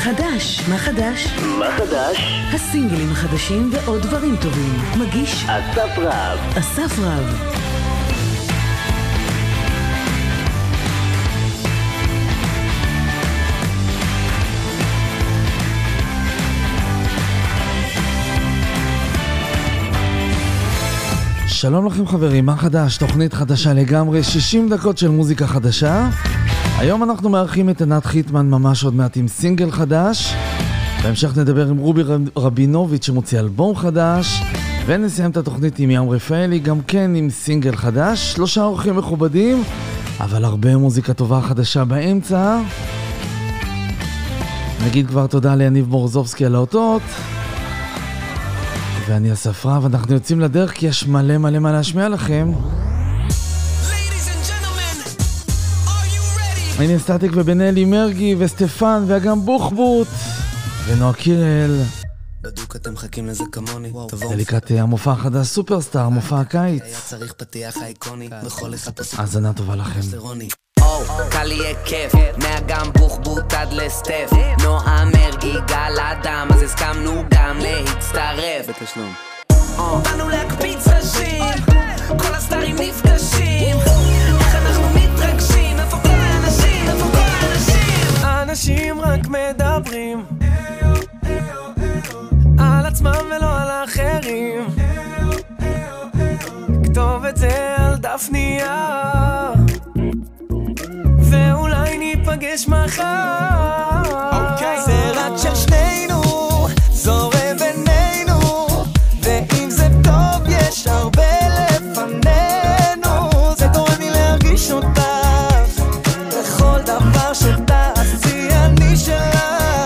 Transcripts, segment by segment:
חדש? מה חדש? מה חדש? הסינגלים החדשים ועוד דברים טובים. מגיש אסף רב. אסף רב. שלום לכם חברים, מה חדש? תוכנית חדשה לגמרי, 60 דקות של מוזיקה חדשה. היום אנחנו מארחים את ענת חיטמן ממש עוד מעט עם סינגל חדש. בהמשך נדבר עם רובי רבינוביץ' שמוציא אלבום חדש. ונסיים את התוכנית עם ים רפאלי, גם כן עם סינגל חדש. 3 אורחים מכובדים, אבל הרבה מוזיקה טובה חדשה באמצע. נגיד כבר תודה ליניב מורזובסקי על האותות. ואני אסף רב, אנחנו יוצאים לדרך כי יש מלא מלא מה להשמיע לכם. הנה סטטיק ובנאלי מרגי וסטפן וגם בוחבוט ונועה קירל. בדוק אתם מחכים לזה כמוני. זה לקראת המופע החדש סופרסטאר, מופע הקיץ. היה צריך פתיח אייקוני בכל אחד פסוק. האזנה טובה לכם. קל יהיה כיף, מהגם בוחבוט עד לסטף, נועה מרגי גל אדם, אז הסכמנו גם להצטרף בתשלום. באנו להקפיץ ראשים, כל הסטארים נפגשים, איך אנחנו מתרגשים, איפה כל האנשים, איפה כל האנשים? אנשים רק מדברים על עצמם ולא על האחרים, כתוב את זה על דף נייר ואולי ניפגש מחר. זה רק של שנינו, זורם בינינו, ואם זה טוב יש הרבה לפנינו. זה גורם לי להרגיש אותך, לכל דבר שתעשי אני שלך.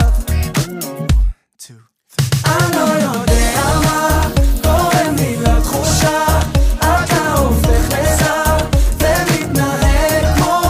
אני לא יודע מה גורם לי לתחושה, אתה הופך לזר ומתנהג כמו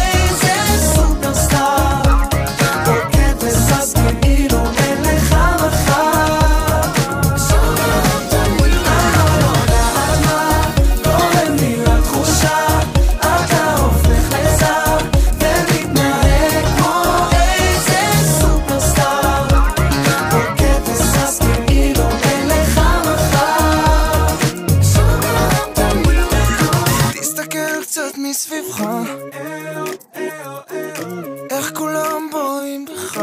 איך כולם בואים בך,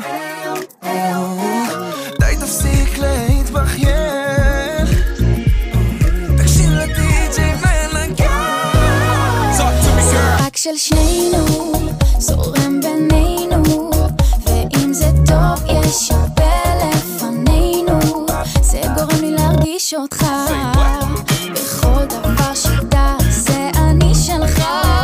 די תפסיק להתבכיין, תקשיב לדי-ג'יי ונגן. רק של שנינו, זורם בינינו, ואם זה טוב יש הרבה לפנינו. זה גורם לי להרגיש אותך, בכל דבר שתעשה אני שלך.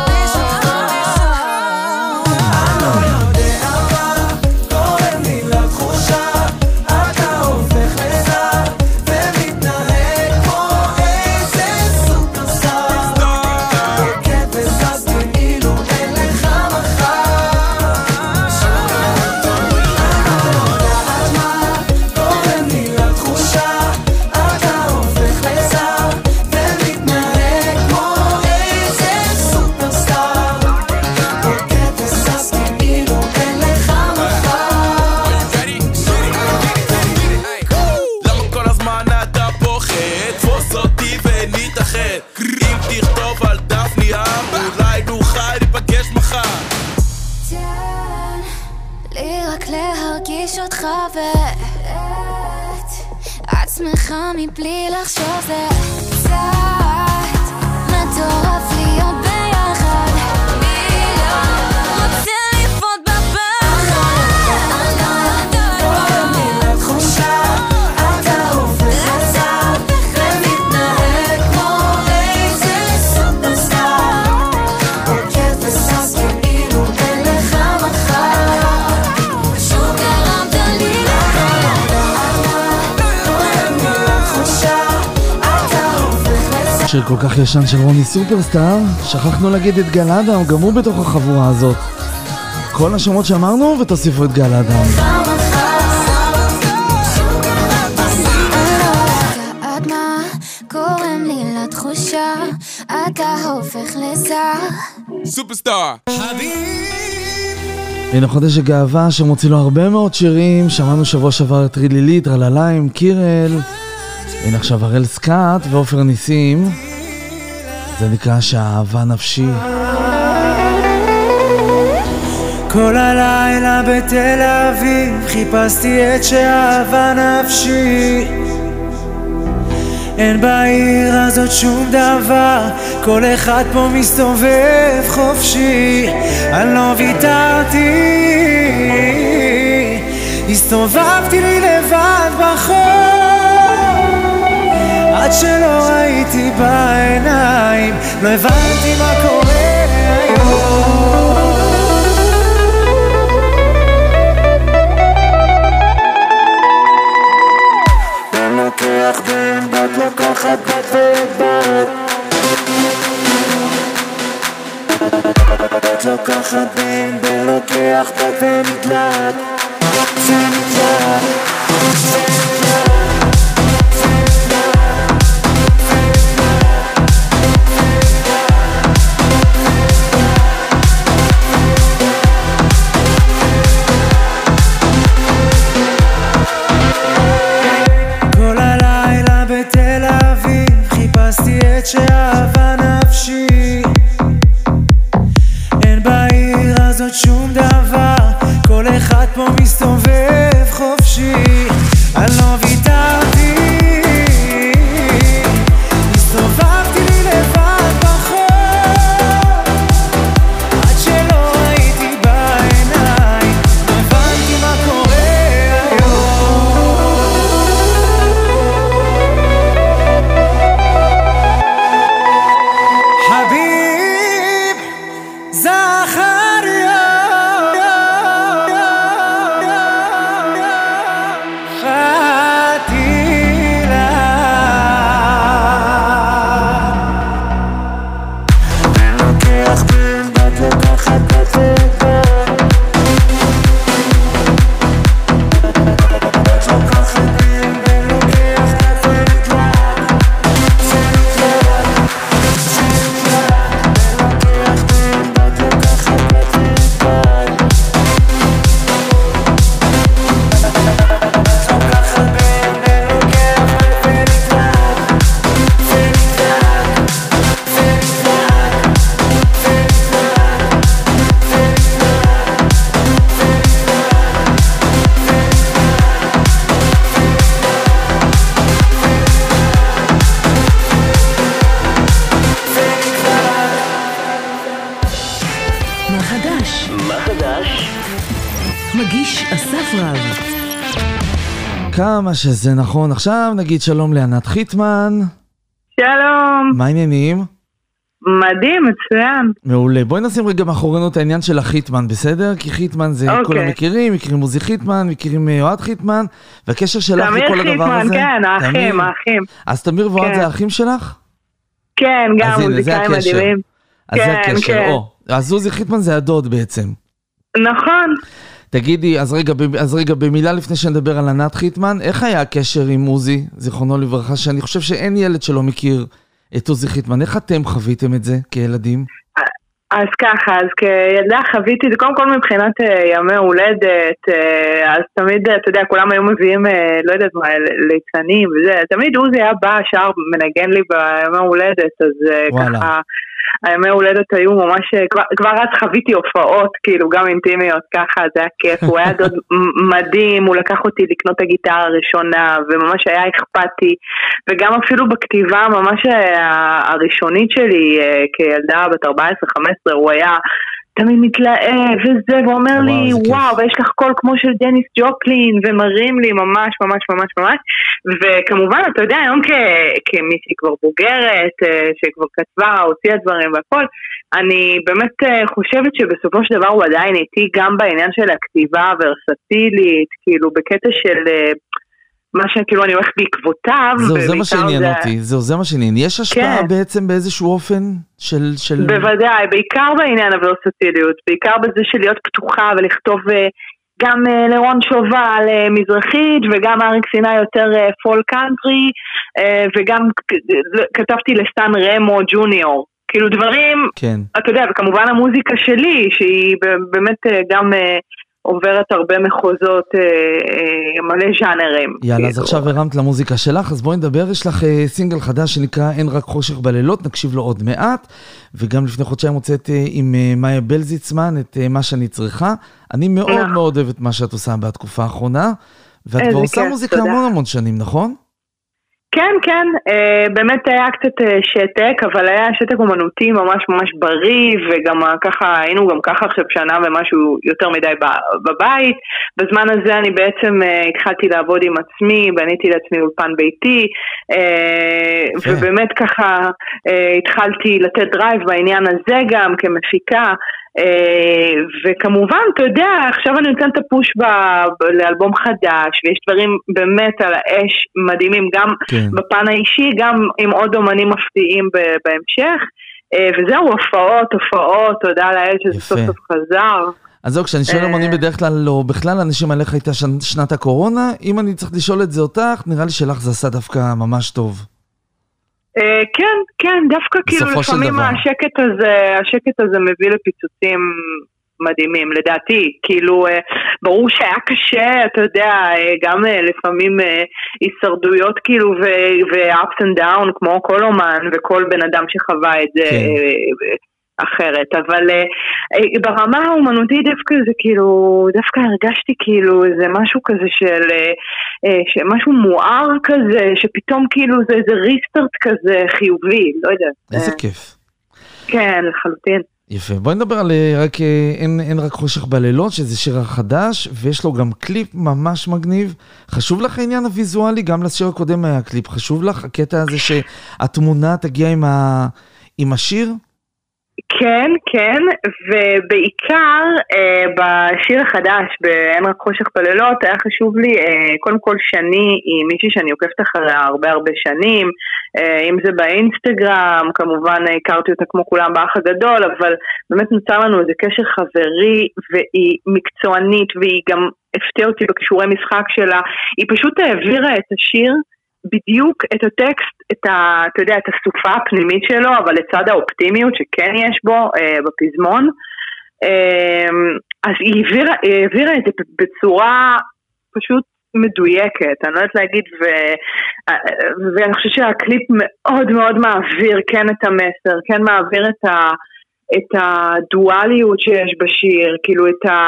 עצמך מבלי לחשוב, זה קצת מטורף להיות ביחד, מי לא רוצה לפות בפחד. גורם לי לתחושה, אתה הופך לזר ומתנהג כמו איזה סופרסטאר, רוקד וסס כאילו אין לך מחר, פשוט גרמת לי שיר כל כך ישן של רוני סופרסטאר. שכחנו להגיד את גל אדם, גם הוא בתוך החבורה הזאת. כל השמות שאמרנו ותוסיפו את גל אדם. גורם לי לתחושה, אתה הופך לזר. סופרסטאר הנה חודש הגאווה שמוציא לו הרבה מאוד שירים. שמענו שבוע שעבר את רילילית, רללה עם קירל. הנה עכשיו הראל סקאט ואופר ניסים. זה נקרא שהאהבה נפשי. כל הלילה בתל אביב חיפשתי את שאהבה נפשי, אין בעיר הזאת שום דבר, כל אחד פה מסתובב חופשי. אני לא ויתרתי, הסתובבתי לי לבד בחור, עד שלא ראיתי בעיניים, לא הבנתי מה קורה היום. לוקח בן בת, לוקחת בת ובת, בת לוקחת בן, בן לוקח בת ונדלק, ונדלק, שאהבה נפשי, אין בעיר הזאת שום דבר, כל אחד פה מסתובב חופשי. אני לא ויתרתי, הסתובבתי לי לבד בחור, עד שלא ראיתי בעיניים, לא הבנתי מה קורה היום. حبيب زخريا فتيلا بين لوكيخ بين بات لوكخت بات بات لوكخت بين بين لوكيخ بات מגיש אסף רב. כמה שזה נכון. עכשיו נגיד שלום לענת חיטמן. שלום. מה העניינים? מדהים, מצוין. מעולה. בואי נשים רגע מאחורינו את העניין של החיטמן, בסדר? כי חיטמן זה כולם מכירים, מכירים עוזי חיטמן, מכירים אוהד חיטמן, והקשר שלך לכל הדבר הזה. תמיר חיטמן, כן, האחים. אז תמיר ואוהד זה האחים שלך? כן, גם מוזיקאים מדהימים. אז זה הקשר. אז עוזי חיטמן זה הדוד בעצם. נכון. תגידי, אז רגע, במילה לפני שנדבר על ענת חיטמן, איך היה הקשר עם עוזי, זיכרונו לברכה, שאני חושב שאין ילד שלא מכיר את עוזי חיטמן, איך אתם חוויתם את זה כילדים? אז ככה, אז כילדה חוויתי, זה קודם כל מבחינת ימי הולדת, אז תמיד, אתה יודע, כולם היו מביאים, לא יודעת מה, ליצנים וזה, תמיד עוזי היה בא, שר מנגן לי בימי הולדת, אז ככה, הימי הולדת היו ממש, כבר אז חוויתי הופעות, כאילו גם אינטימיות, ככה, זה היה כיף, הוא היה דוד מדהים, הוא לקח אותי לקנות את הגיטרה הראשונה, וממש היה אכפתי, וגם אפילו בכתיבה ממש הראשונית שלי, כילדה בת 14-15, הוא היה תמיד מתלהב וזה, ואומר לי, וואו, ויש לך קול כמו של דניס ג'וקלין, ומרים לי ממש, ממש, ממש, ממש, וכמובן, אתה יודע, היום כמישהי כבר בוגרת, שכבר כתבה, הוציאה דברים והכל, אני באמת חושבת שבסופו של דבר הוא עדיין איתי גם בעניין של הכתיבה הוורסטילית, כאילו בקטע של מה שכאילו אני הולכת בעקבותיו. זה מה שעניין אותי, זה מה שעניין. יש השפעה בעצם באיזשהו אופן של... בוודאי, בעיקר בעניין הוורסטיליות, בעיקר בזה של להיות פתוחה ולכתוב גם לרון שובל מזרחית, וגם אריק סיני יותר פול קאנטרי, וגם כתבתי לסטן רמו ג'וניור, כאילו דברים, כן. אתה יודע, וכמובן המוזיקה שלי, שהיא באמת גם עוברת הרבה מחוזות, מלא ז'אנרים. יאללה, אז עכשיו הרמת למוזיקה שלך, אז בואי נדבר, יש לך סינגל חדש שנקרא אין רק חושך בלילות, נקשיב לו עוד מעט, וגם לפני חודשיים מוצאת עם מאיה בלזיצמן את מה שאני צריכה. אני מאוד מאוד אוהב את מה שאת עושה בתקופה האחרונה, ואת כבר עושה מוזיקה המון שנים, נכון? כן, כן, באמת היה קצת שתק, אבל היה שתק אומנותי ממש ממש בריא, וגם ככה, היינו גם ככה עכשיו שנה ומשהו יותר מדי בבית. בזמן הזה אני בעצם התחלתי לעבוד עם עצמי, בניתי לעצמי אולפן ביתי, ובאמת ככה התחלתי לתת דרייב בעניין הזה גם כמפיקה, וכמובן, אתה יודע, עכשיו אני נותן את הפוש לאלבום חדש, ויש דברים באמת על האש מדהימים, גם בפן האישי, גם עם עוד אומנים מפתיעים בהמשך, וזהו, הופעות, תודה לאל שזה סוף סוף חזר. אז זהו, כשאני שואל אומנים בדרך כלל, לא, בכלל אנשים עליך הייתה שנת הקורונה, אם אני צריך לשאול את זה אותך, נראה לי שלך זה עשה דווקא ממש טוב. כן, כן, דווקא כאילו לפעמים השקט הזה מביא לפיצוצים מדהימים, לדעתי, כאילו ברור שהיה קשה, אתה יודע, גם לפעמים הישרדויות כאילו ו-ups and down כמו כל אומן וכל בן אדם שחווה את זה אחרת, אבל ברמה האומנותית דווקא זה כאילו, דווקא הרגשתי כאילו איזה משהו כזה משהו מואר כזה, שפתאום כאילו זה איזה ריסטרט כזה חיובי, לא יודע. איזה כיף. כן, לחלוטין. יפה, בואי נדבר על אין רק חושך בלילות, שזה שיר החדש, ויש לו גם קליפ ממש מגניב. חשוב לך העניין הוויזואלי? גם לשיר הקודם היה קליפ. חשוב לך הקטע הזה שהתמונה תגיע עם השיר? כן, כן, ובעיקר בשיר החדש, באין רק חושך בלילות, היה חשוב לי, קודם כל שני, היא מישהי שאני עוקבת אחריה הרבה שנים, אם זה באינסטגרם, כמובן הכרתי אותה כמו כולם באח הגדול, אבל באמת נוצר לנו איזה קשר חברי, והיא מקצוענית, והיא גם הפתיעה אותי בקישורי משחק שלה, היא פשוט העבירה את השיר, בדיוק את הטקסט, אתה יודע, את הסופה הפנימית שלו, אבל לצד האופטימיות שכן יש בו בפזמון, אז היא העבירה את זה בצורה פשוט מדויקת, אני לא יודעת להגיד, ואני חושבת שהקליפ מאוד מאוד מעביר כן את המסר, כן מעביר את הדואליות שיש בשיר, כאילו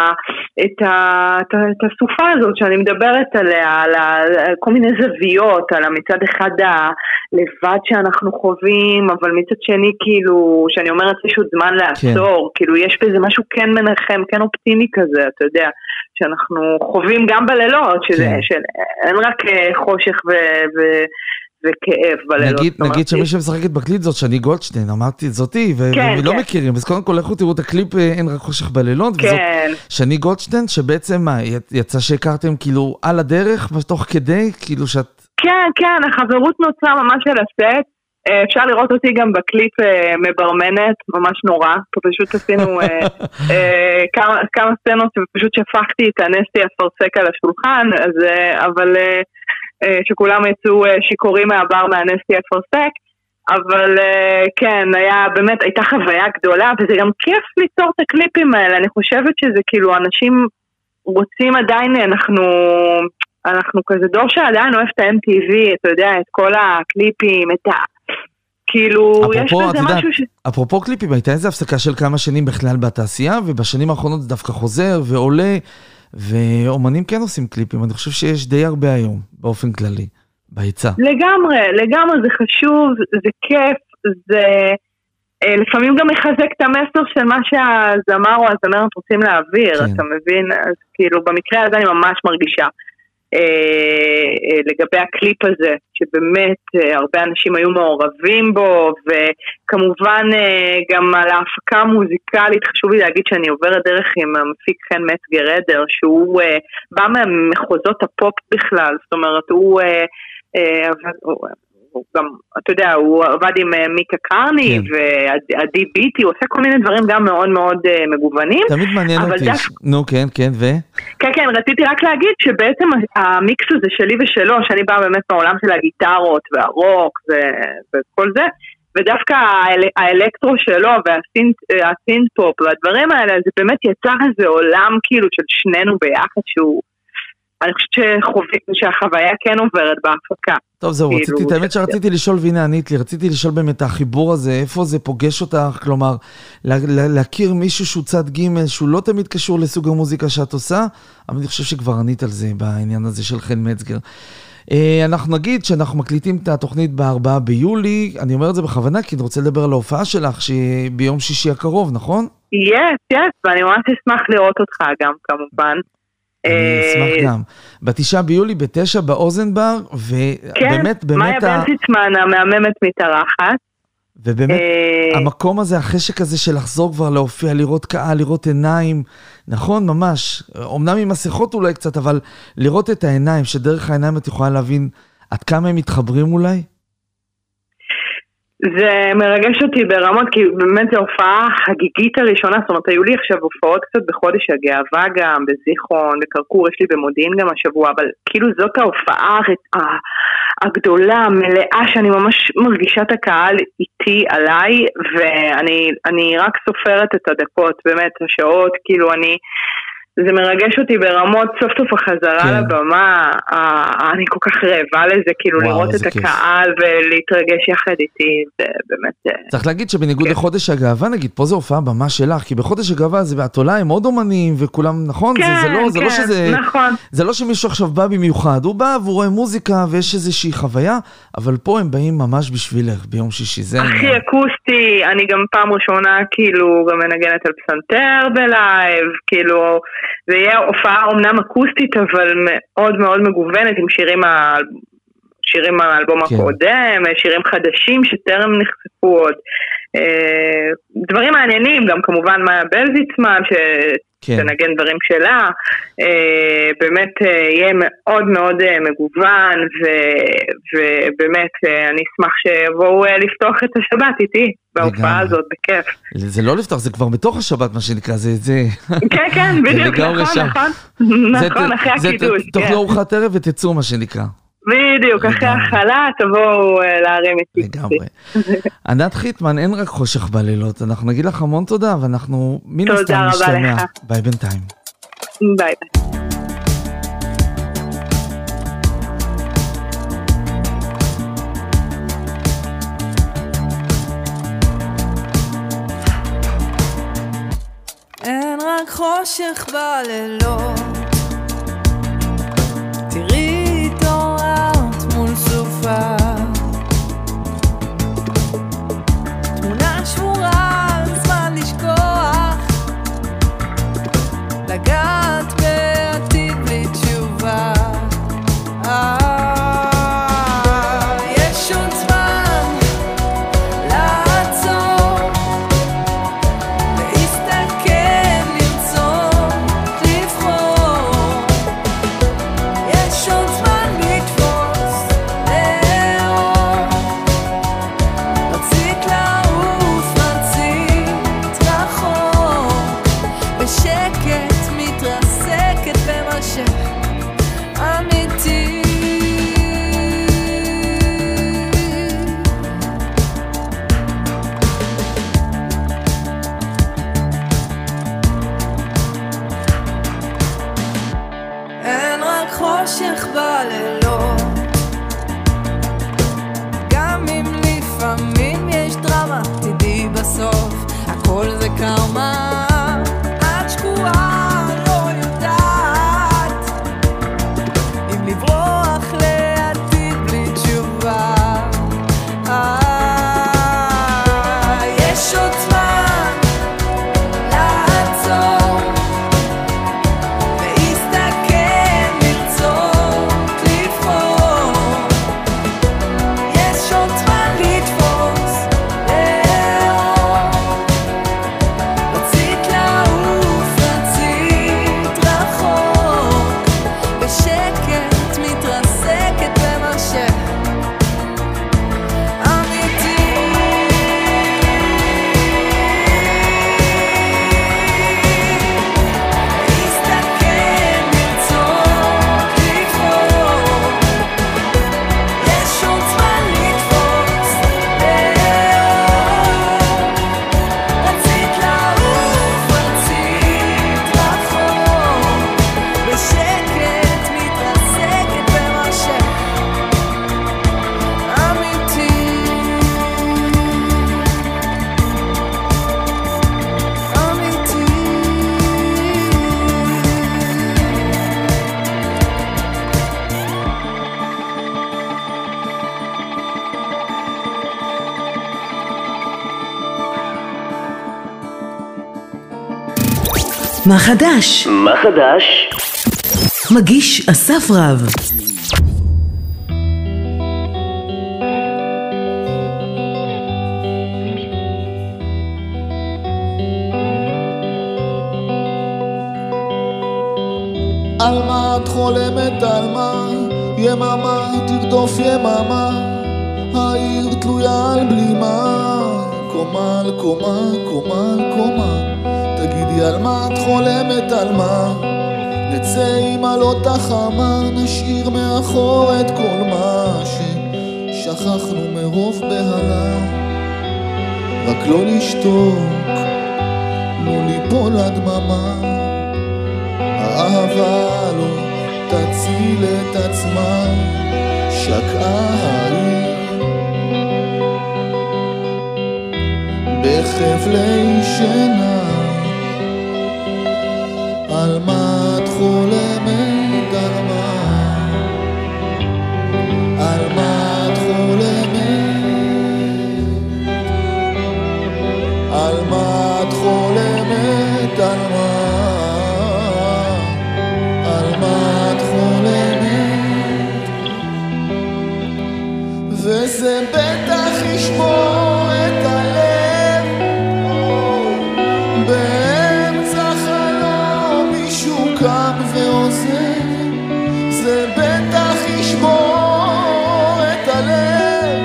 את הסופה הזאת שאני מדברת עליה, על כל מיני זוויות, על מצד אחד הלבד שאנחנו חווים, אבל מצד שני כאילו, שאני אומרת יש עוד זמן לעצור, כאילו יש בזה משהו כן מנחם, כן אופטימי כזה, אתה יודע, שאנחנו חווים גם בלילות, שאין רק חושך וכאב בלילות. נגיד שמי שמשחקת בקליפ זאת שני גולדשטיין, אמרתי זאתי, ולא מכירים, אז קודם כל לכו תראו את הקליפ אין רק חושך בלילות, וזאת שני גולדשטיין, שבעצם יצא שהכרתם כאילו על הדרך, תוך כדי, כאילו שאת... כן, כן, החברות נוצרה ממש על הסט, אפשר לראות אותי גם בקליפ מברמנת, ממש נורא, פשוט עשינו כמה סצנות, ופשוט שפכתי את הנסטי אפרסק על השולחן, אבל... שכולם יצאו שיקורים מהבר מהנסטי אפרסק, אבל כן, הייתה חוויה גדולה, וזה גם כיף ליצור את הקליפים האלה, אני חושבת שזה כאילו אנשים רוצים עדיין, אנחנו כזה דור שעדיין אוהב את ה-MTV, אתה יודע, את כל הקליפים, כאילו, יש בזה משהו אפרופו קליפים, הייתה איזו הפסקה של כמה שנים בכלל בתעשייה, ובשנים האחרונות זה דווקא חוזר ועולה, ואומנים כן עושים קליפים, אני חושב שיש די הרבה היום, באופן כללי, בהיצע. לגמרי, זה חשוב, זה כיף, זה לפעמים גם מחזק את המסר של מה שהזמר או הזמרת רוצים להעביר, אתה מבין? אז כאילו, במקרה הזה אני ממש מרגישה, לגבי הקליפ הזה, שבאמת הרבה אנשים היו מעורבים בו, וכמובן גם על ההפקה המוזיקלית, חשוב לי להגיד שאני עוברת דרך עם המפיק חן מצגר עדר, שהוא בא ממחוזות הפופ בכלל, זאת אומרת, הוא גם, אתה יודע, הוא עבד עם מיקה קרני ועדי ביטי, הוא עושה כל מיני דברים גם מאוד מאוד מגוונים. תמיד מעניין אותי. נו, כן, כן, רציתי רק להגיד שבעצם המיקס הזה שלי ושלו, שאני באה באמת מהעולם של הגיטרות והרוק וכל זה, ודווקא האלקטרו שלו והסינט פופ והדברים האלה, זה באמת יצר איזה עולם כאילו של שנינו ביחד שהוא, אני חושבת שהחוויה כן עוברת בהפקה. טוב, זהו, האמת שרציתי לשאול, והנה ענית לי, רציתי לשאול באמת החיבור הזה, איפה זה פוגש אותך, כלומר, להכיר מישהו שהוא צד ג' שהוא לא תמיד קשור לסוג המוזיקה שאת עושה, אבל אני חושב שכבר ענית על זה בעניין הזה של חן מצגר. אנחנו נגיד שאנחנו מקליטים את התוכנית ב4 ביולי, אני אומר את זה בכוונה, כי אני רוצה לדבר על ההופעה שלך, שהיא ביום שישי הקרוב, נכון? yes, ואני ממש אשמח לראות אותך גם, כמובן. אני אשמח גם. ב9 ביולי, ב9 באוזנבר, ובאמת, כן, מאיה בנציצמן המהממת מתארחת. ובאמת, המקום הזה, החשק הזה של לחזור כבר להופיע, לראות קהל, לראות עיניים, נכון, ממש, אמנם עם מסכות אולי קצת, אבל לראות את העיניים, שדרך העיניים את יכולה להבין עד כמה הם מתחברים אולי? זה מרגש אותי ברמות, כי באמת זו הופעה חגיגית הראשונה, זאת אומרת, היו לי עכשיו הופעות קצת בחודש הגאווה גם, בזיכרון, בקרקור, יש לי במודיעין גם השבוע, אבל כאילו זאת ההופעה הגדולה, מלאה, שאני ממש מרגישה את הקהל איתי עליי, ואני רק סופרת את הדקות, באמת, השעות, כאילו זה מרגש אותי ברמות, סוף סוף החזרה לבמה, אני כל כך רעבה לזה, כאילו לראות את הקהל ולהתרגש יחד איתי, זה באמת... צריך להגיד שבניגוד לחודש הגאווה, נגיד, פה זה הופעה במה שלך, כי בחודש הגאווה זה בעתולה עם עוד אומנים וכולם, נכון? זה לא שזה... זה לא שמישהו עכשיו בא במיוחד, הוא בא והוא רואה מוזיקה ויש איזושהי חוויה, אבל פה הם באים ממש בשבילך ביום שישי, זה... הכי אקוסטי, אני גם פעם ראשונה כאילו גם מנגנת על פסנתר בלייב, כאילו... זה יהיה הופעה אומנם אקוסטית, אבל מאוד מאוד מגוונת, עם שירים מהאלבום הקודם, שירים חדשים שטרם נחשפו עוד. דברים מעניינים, גם כמובן מאיה בנציצמן, שתנגן דברים שלה, באמת יהיה מאוד מאוד מגוון, ובאמת אני אשמח שיבואו לפתוח את השבת איתי. בהופעה הזאת, בכיף. זה לא לפתוח, זה כבר בתוך השבת, מה שנקרא, זה... כן, כן, בדיוק, נכון, אחרי הקידוש. תאכלו ארוחת ערב ותצאו, מה שנקרא. בדיוק, אחרי החלה, תבואו להרים איתי. לגמרי. ענת חיטמן, אין רק חושך בלילות, אנחנו נגיד לך המון תודה, ואנחנו מן הסתם נשתמע. ביי בינתיים. ביי ביי. אין רק חושך בלילות, תראי התעוררת מול סופה, תמונה שבורה על זמן לשכוח, לגעת בעתיד בלי תשובה. יש עוד זמן לעצור להסתכל, לרצות, לבחור. יש עוד זמן לתפוס, לאהוב. רצית לעוף, רצית רחוק, בשקט מתרסקת במשך אמיתי. אין רק חושך בלילות, גם אם לפעמים יש דרמה, תדעי בסוף הכל זה קרמה. את שקועה לא יודעת אם לברוח לעתיד בלי תשובה. יש עוד זמן לעצור, להסתכל, לרצות, לבחור. יש עוד זמן לתפוס, לאהוב. רצית מה חדש? מה חדש? מגיש אסף רב. על מה את חולמת, על מה? יממה תרדוף יממה, העיר תלויה על בלימה, קומה על קומה, קומה על קומה. תגידי על מה את חולמת, על מה? נצא עם עלות החמה, נשאיר מאחור את כל מה ששכחנו מרוב בהלה. רק לא לשתוק, לא ליפול לדממה, האהבה לא תציל את עצמה, שקעה העיר בחבלי שינה. על מה את חולמת, על מה? על מה את חולמת? על מה את חולמת, על מה? וזה בטח ישמור את הלב, באמצע חלום מישהו קם ועוזב. זה בטח ישמור את הלב,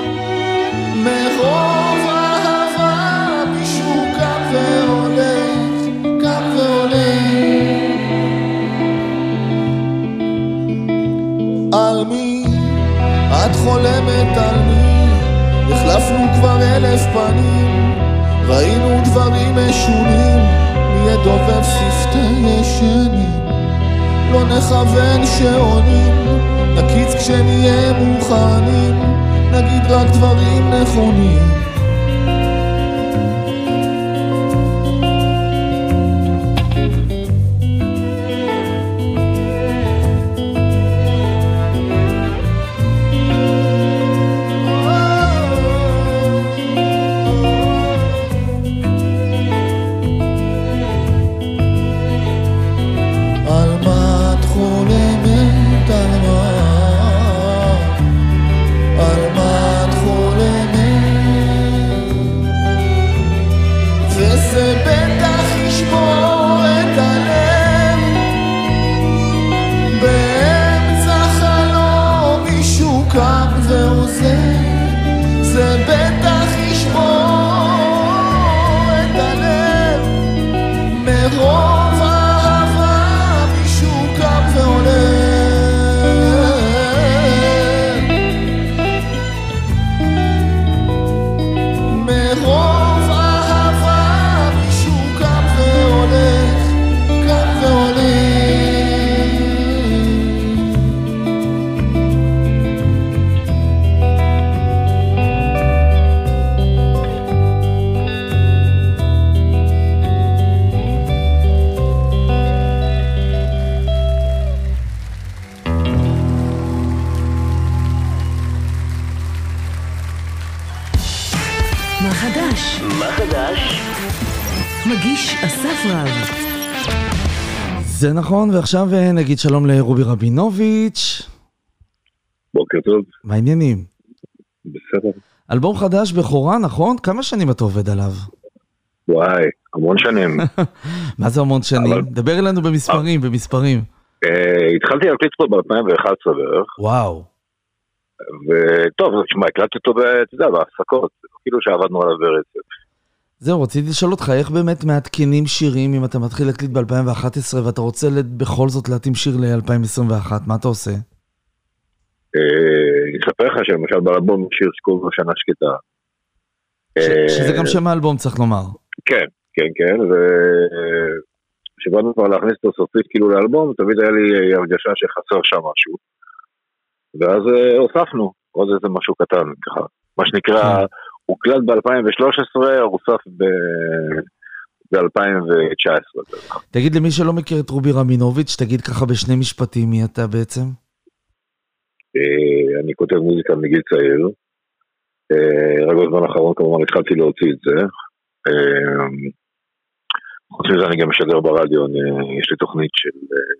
מרוב אהבה מישהו קם והולך, קם והולך. על מי את חולמת, על מי? החלפנו כבר 1000 פנים, ראינו דברים משונים, מי ידובב שפתי ישנים. לא נכוון שעונים, נקיץ כשנהיה מוכנים, נגיד רק דברים נכונים. מה חדש? מה חדש? מגיש אסף רב. זה נכון, ועכשיו נגיד שלום לרובי רבינוביץ'. בוקר טוב. מה העניינים? בסדר. אלבום חדש בכורה, נכון? כמה שנים אתה עובד עליו? וואי, המון שנים. מה זה המון שנים? דבר אלינו במספרים, במספרים. התחלתי להקליט פה ב-2011 בערך. וואו. וטוב, תשמע, הקלטתי אותו, אתה יודע, בהפסקות, כאילו שעבדנו עליו ברצף. זהו, רציתי לשאול אותך, איך באמת מעדכנים שירים אם אתה מתחיל להקליט ב-2011 ואתה רוצה בכל זאת להתאים שיר ל-2021, מה אתה עושה? אני אספר לך שלמשל באלבום שיר שקוראים לו שנה שקטה. שזה גם שם האלבום צריך לומר. כן, כן, כן, ושבאנו כבר להכניס אותו סופית כאילו לאלבום, תמיד היה לי הרגשה שחסר שם משהו. ואז הוספנו עוד איזה משהו קטן, ככה. מה שנקרא, הוקלט ב-2013, הוסף ב-2019. תגיד למי שלא מכיר את רובי רבינוביץ', תגיד ככה בשני משפטים מי אתה בעצם? אני כותב מוזיקה מגיל צעיר. רק בזמן האחרון כמובן התחלתי להוציא את זה. חוץ מזה אני גם משדר ברדיו, יש לי תוכנית של...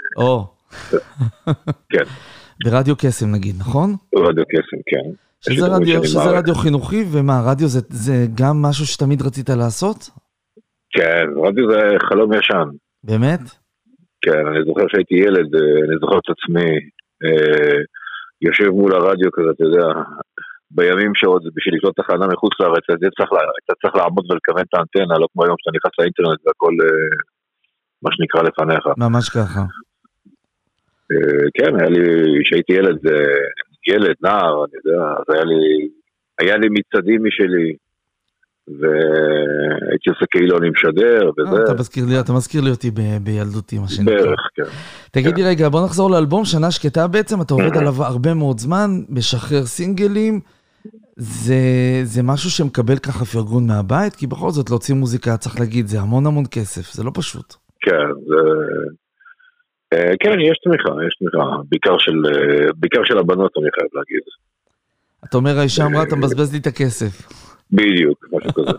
כן. ברדיו קסם נגיד, נכון? ברדיו קסם, כן. שזה רדיו חינוכי, ומה, רדיו זה גם משהו שתמיד רצית לעשות? כן, רדיו זה חלום ישן. באמת? כן, אני זוכר שהייתי ילד, אני זוכר את עצמי, יושב מול הרדיו כזה, אתה יודע, בימים שעוד בשביל לקלוט תחנה מחוץ לארץ, אתה צריך לעמוד ולכוון את האנטנה, לא כמו היום שאתה נכנס לאינטרנט והכל מה שנקרא לפניך. ממש ככה. כן, היה לי, שהייתי ילד, נער, אני יודע, אז היה לי מצעדים משלי, והייתי עושה כאילו אני משדר, וזה... אתה מזכיר לי אותי בילדותי, מה שנקרא. בערך, כן. תגיד לי רגע, בוא נחזור לאלבום שנה שקטה בעצם, אתה עובד עליו הרבה מאוד זמן, משחרר סינגלים, זה משהו שמקבל ככה פרגון מהבית, כי בכל זאת להוציא מוזיקה, צריך להגיד, זה המון כסף, זה לא פשוט. כן, כן, יש תמיכה, בעיקר של הבנות, אני חייב להגיד. אתה אומר, האישה אמרה, אתה מבזבז לי את הכסף. בדיוק, משהו כזה.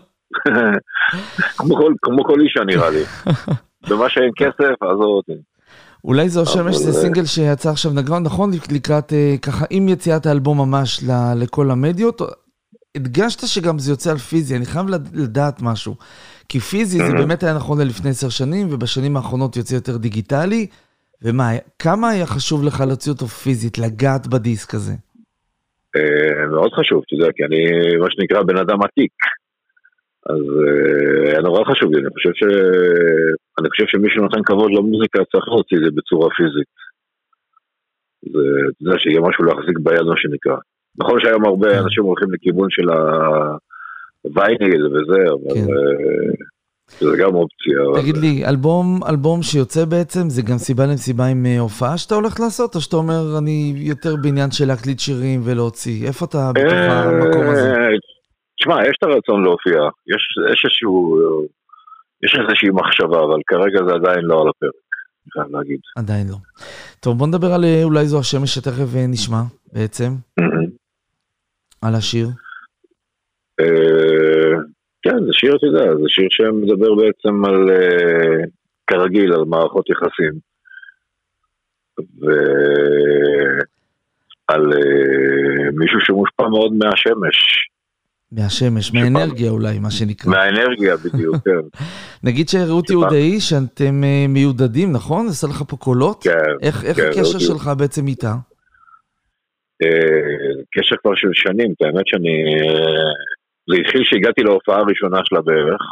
כמו כל אישה נראה לי. במה שאין כסף, אז אותי. אולי זו השמש, זה סינגל שיצא עכשיו נגרן, נכון? לקראת ככה, עם יציאת האלבום ממש לכל המדיות, הדגשת שגם זה יוצא על פיזי, אני חייב לדעת משהו. כי פיזי זה באמת היה נכון לפני 10 שנים, ובשנים האחרונות יוצא יותר דיגיטלי, ומה, כמה היה חשוב לך להוציא אותו פיזית, לגעת בדיסק הזה? מאוד חשוב, אתה יודע, כי אני, מה שנקרא, בן אדם עתיק. אז היה נורא חשוב לי, אני חושב שמי שנותן כבוד למוזיקה צריך להוציא את זה בצורה פיזית. אתה יודע, שיהיה משהו להחזיק ביד, מה שנקרא. נכון שהיום הרבה אנשים הולכים לכיוון של הווייניל וזה, אבל זה גם אופציה. תגיד לי, אלבום שיוצא בעצם, זה גם סיבה למסיבה עם הופעה שאתה הולך לעשות, או שאתה אומר, אני יותר בעניין של להקליט שירים ולהוציא? איפה אתה בתוך המקום הזה? תשמע, יש את הרצון להופיע, יש איזושהי מחשבה, אבל כרגע זה עדיין לא על הפרק, אני חייב להגיד. עדיין לא. טוב, בוא נדבר על אולי זו השמש שתכף נשמע בעצם, על השיר. כן, זה שיר, אתה יודע, זה שיר שמדבר בעצם על, כרגיל, על מערכות יחסים. ועל מישהו שמושפע מאוד מהשמש. מהשמש, מהאנרגיה אולי, מה שנקרא. מהאנרגיה, בדיוק, כן. נגיד שרעות יהודאי, שאתם מיודדים, נכון? עושה לך פה קולות? כן. איך הקשר שלך בעצם איתה? קשר כבר של שנים, את האמת שאני... זה התחיל שהגעתי להופעה הראשונה שלה בערך.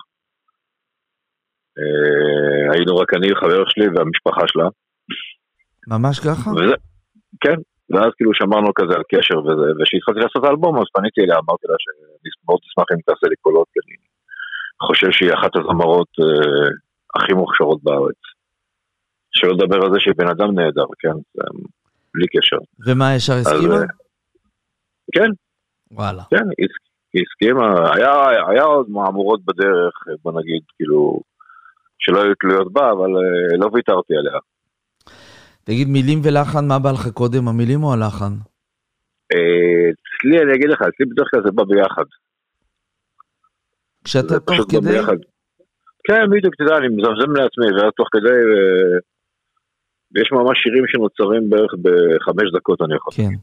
היינו רק אני, חבר שלי והמשפחה שלה. ממש ככה? כן, ואז כאילו שמרנו כזה על קשר וזה, ושהתחלתי לעשות האלבום, אז פניתי אליה, אמרתי לה שמאוד תשמח אם תעשה לי קולות, כי אני חושב שהיא אחת הזמרות הכי מוכשרות בארץ. שלא לדבר על זה שהיא בן אדם נהדר, כן? בלי קשר. ומה, ישר הסכימה? כן. וואלה. כן, היא הסכימה, היה עוד מהמורות בדרך, בוא נגיד, כאילו, שלא היו תלויות בה, אבל לא ויתרתי עליה. תגיד, מילים ולחן, מה בא לך קודם, המילים או הלחן? אצלי, אני אגיד לך, אצלי בדרך כלל זה בא ביחד. כשאתה תוך כדי? ביחד. כן, בדיוק, תדע, אני מזמזם לעצמי, ואז תוך כדי, ויש ממש שירים שנוצרים בערך ב5 דקות, אני יכול. כן.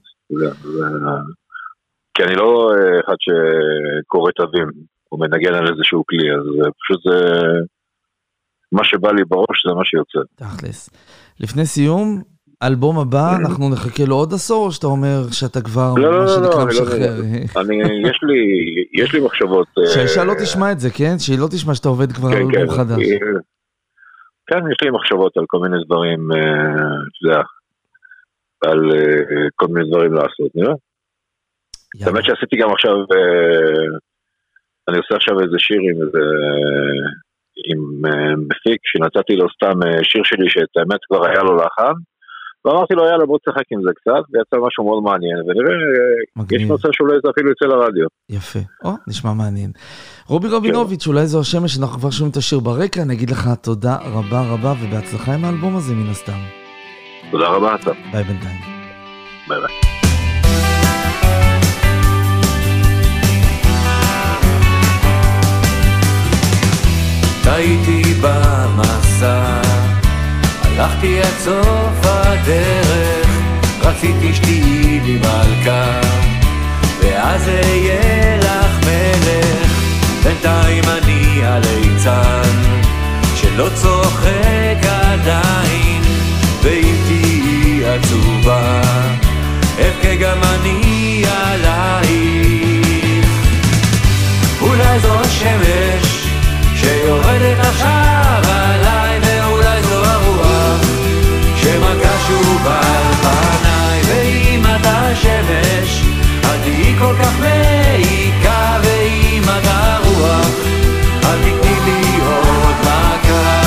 כי אני לא אחד שקורא תווים, הוא מנגן על איזשהו כלי, אז פשוט זה... מה שבא לי בראש זה מה שיוצא. תכלס. לפני סיום, אלבום הבא, אנחנו נחכה לו עוד עשור, או שאתה אומר שאתה כבר מה שנקרא משחרר? יש לי מחשבות. שהאישה לא תשמע את זה, כן? שהיא לא תשמע שאתה עובד כבר על אלבום חדש. כן, יש לי מחשבות על כל מיני דברים, על כל מיני דברים לעשות, נראה? באמת שעשיתי גם עכשיו, אני עושה עכשיו איזה שיר עם מפיק, שנתתי לו סתם שיר שלי שאת האמת כבר היה לו לחן, ואמרתי לו יאללה בוא תשחק עם זה קצת, ויצא משהו מאוד מעניין, ונראה, יש מצב שאולי זה אפילו יצא לרדיו. יפה, נשמע מעניין. רובי רבינוביץ', אולי זו השמש, אנחנו כבר שומעים את השיר ברקע, נגיד לך תודה רבה רבה, ובהצלחה עם האלבום הזה מן הסתם. תודה רבה, אתה. ביי בינתיים. ביי ביי. טעיתי במסע, הלכתי עד סוף הדרך, רציתי שתהיי לי מלכה, ואז אהיה לך מלך. בינתיים אני הליצן שלא צוחק עדיין, ואם תהיי עצובה אבכה גם אני עלייך. אולי זו השמש שיורדת עכשיו עליי, ואולי זו הרוח שמכה שוב על פניי. ואם את השמש אל תהיי כל כך מעיקה, ואם את הרוח אל תתני לי עוד מכה.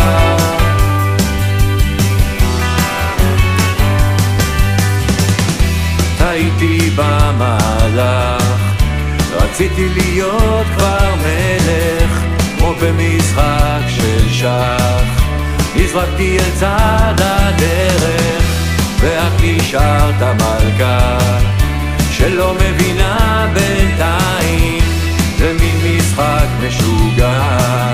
טעיתי במהלך, רציתי להיות כבר מלך, כמו במשחק של שח, נזרקתי אל צד הדרך, ואת נשארת מלכה שלא מבינה בינתיים, זה מין משחק משוגע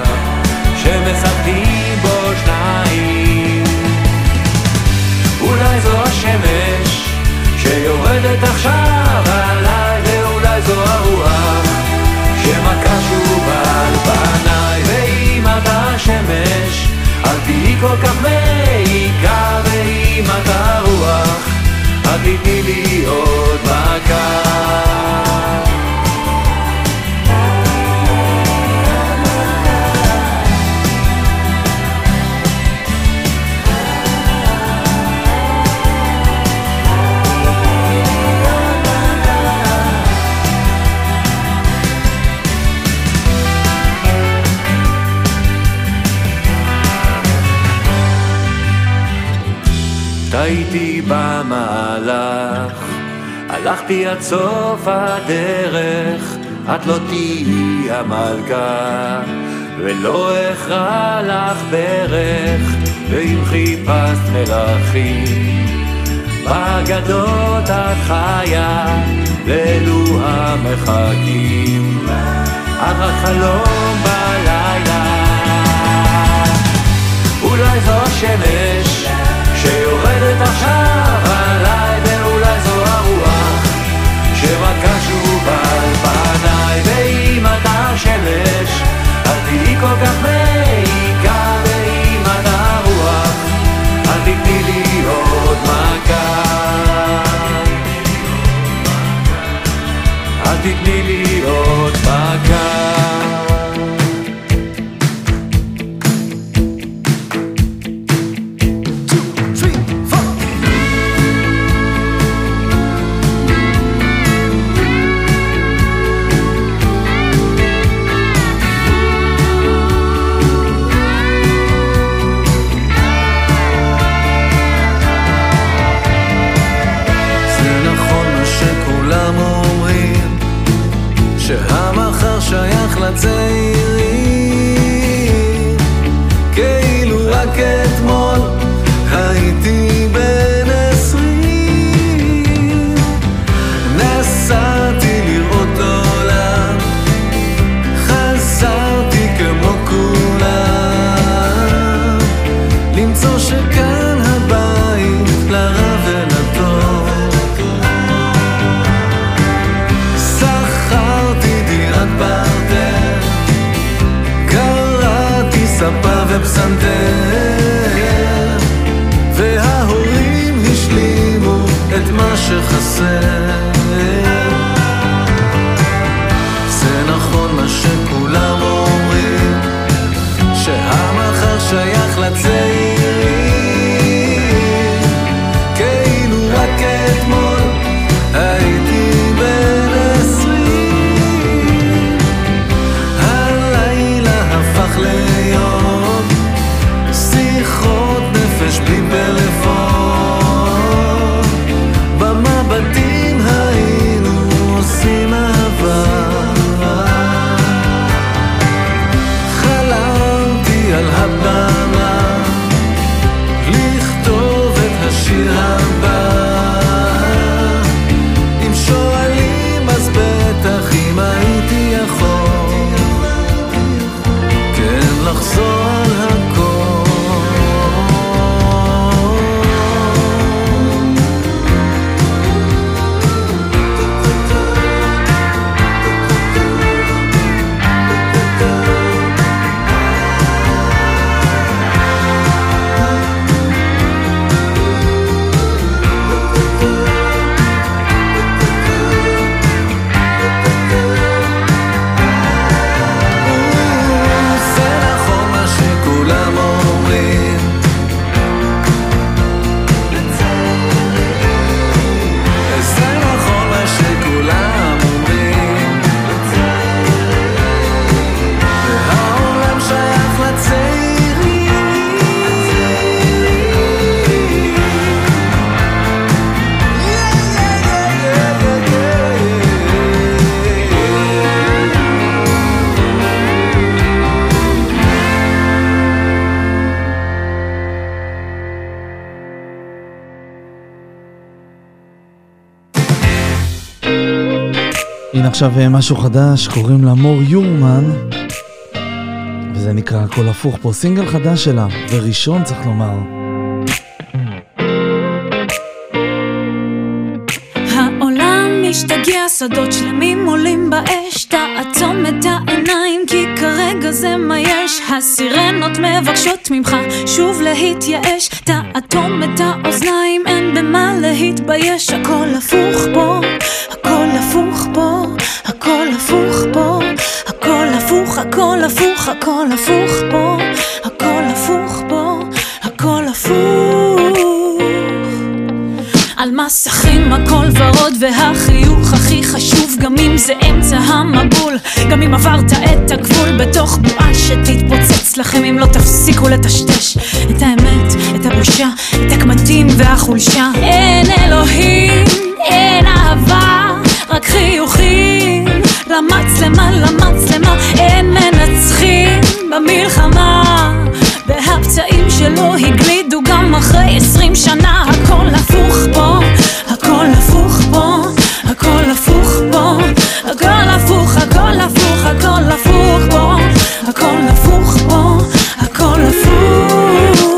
שמשחקים בו שניים. אולי זו השמש שיורדת עכשיו עליי, ואולי זו הרוח שמכה שוב על פניי. ואם את השמש אל תהיי כל כך מעיקה, ואם את הרוח אל תתני לי עוד מכה. טעיתי במהלך, הלכתי עד סוף הדרך, את לא תהיי המלכה ולא אכרע לך ברך. ואם חיפשת מלכים בגדות את חיה, לאלו המחכים את רק חלום בלילה. אולי זו השמש שיורדת עכשיו עליי, ואולי זו הרוח שמכה שוב על פניי. ואם את השמש אל תהיי כל כך מעיקה, ואם את הרוח אל תתני לי עוד מכה, אל תתני לי עוד מכה. שהמחר שייך לצעירים, כאילו רק אתמול הייתי בן 20. נסעתי לראות עולם, חזרתי כמו כולם, למצוא שכאן הבית לרע ולטוב. קראתי ספה ופסנתר, וההורים השלימו את מה שחסר. זה נכון מה שכולם אומרים, שהמחר שייך לצעירים, כאילו רק אתמול הייתי בן 20. הלילה הפך ליום, שיחות נפש בלי פלאפון, במבטים היינו עושים אהבה. חלמתי על הבמה הנה עכשיו משהו חדש, קוראים לה מור יורמן, וזה נקרא הכל הפוך פה, סינגל חדש שלה, וראשון צריך לומר. העולם משתגע, שדות שלמים עולים באש, תעצום את העיניים כי כרגע זה מה יש, הסירנות מבקשות ממך שוב להתייאש, תעצום את האוזניים, אין במה להתבייש, הכל הפוך פה, הכל הפוך פה, הכל הפוך פה, הכל הפוך, הכל הפוך, הכל הפוך פה, הכל הפוך פה, הכל הפוך. על מסכים הכל ורוד והחיוך הכי חשוב, גם אם זה אמצע המבול, גם אם עברת את הגבול, בתוך בועה שתתפוצץ לכם אם לא תפסיקו לטשטש את האמת, את הבושה, את הקמטים והחולשה. אין אלוהים, אין אהבה, רק חיוכים למצלמה, למצלמה. אין מנצחים במלחמה, בהפצעים שלא הגלידו גם אחרי 20 שנה. הכל הפוך פה, הכל הפוך פה, הכל הפוך פה, הכל הפוך, הכל הפוך, הכל הפוך פה, הכל הפוך פה, הכל הפוך.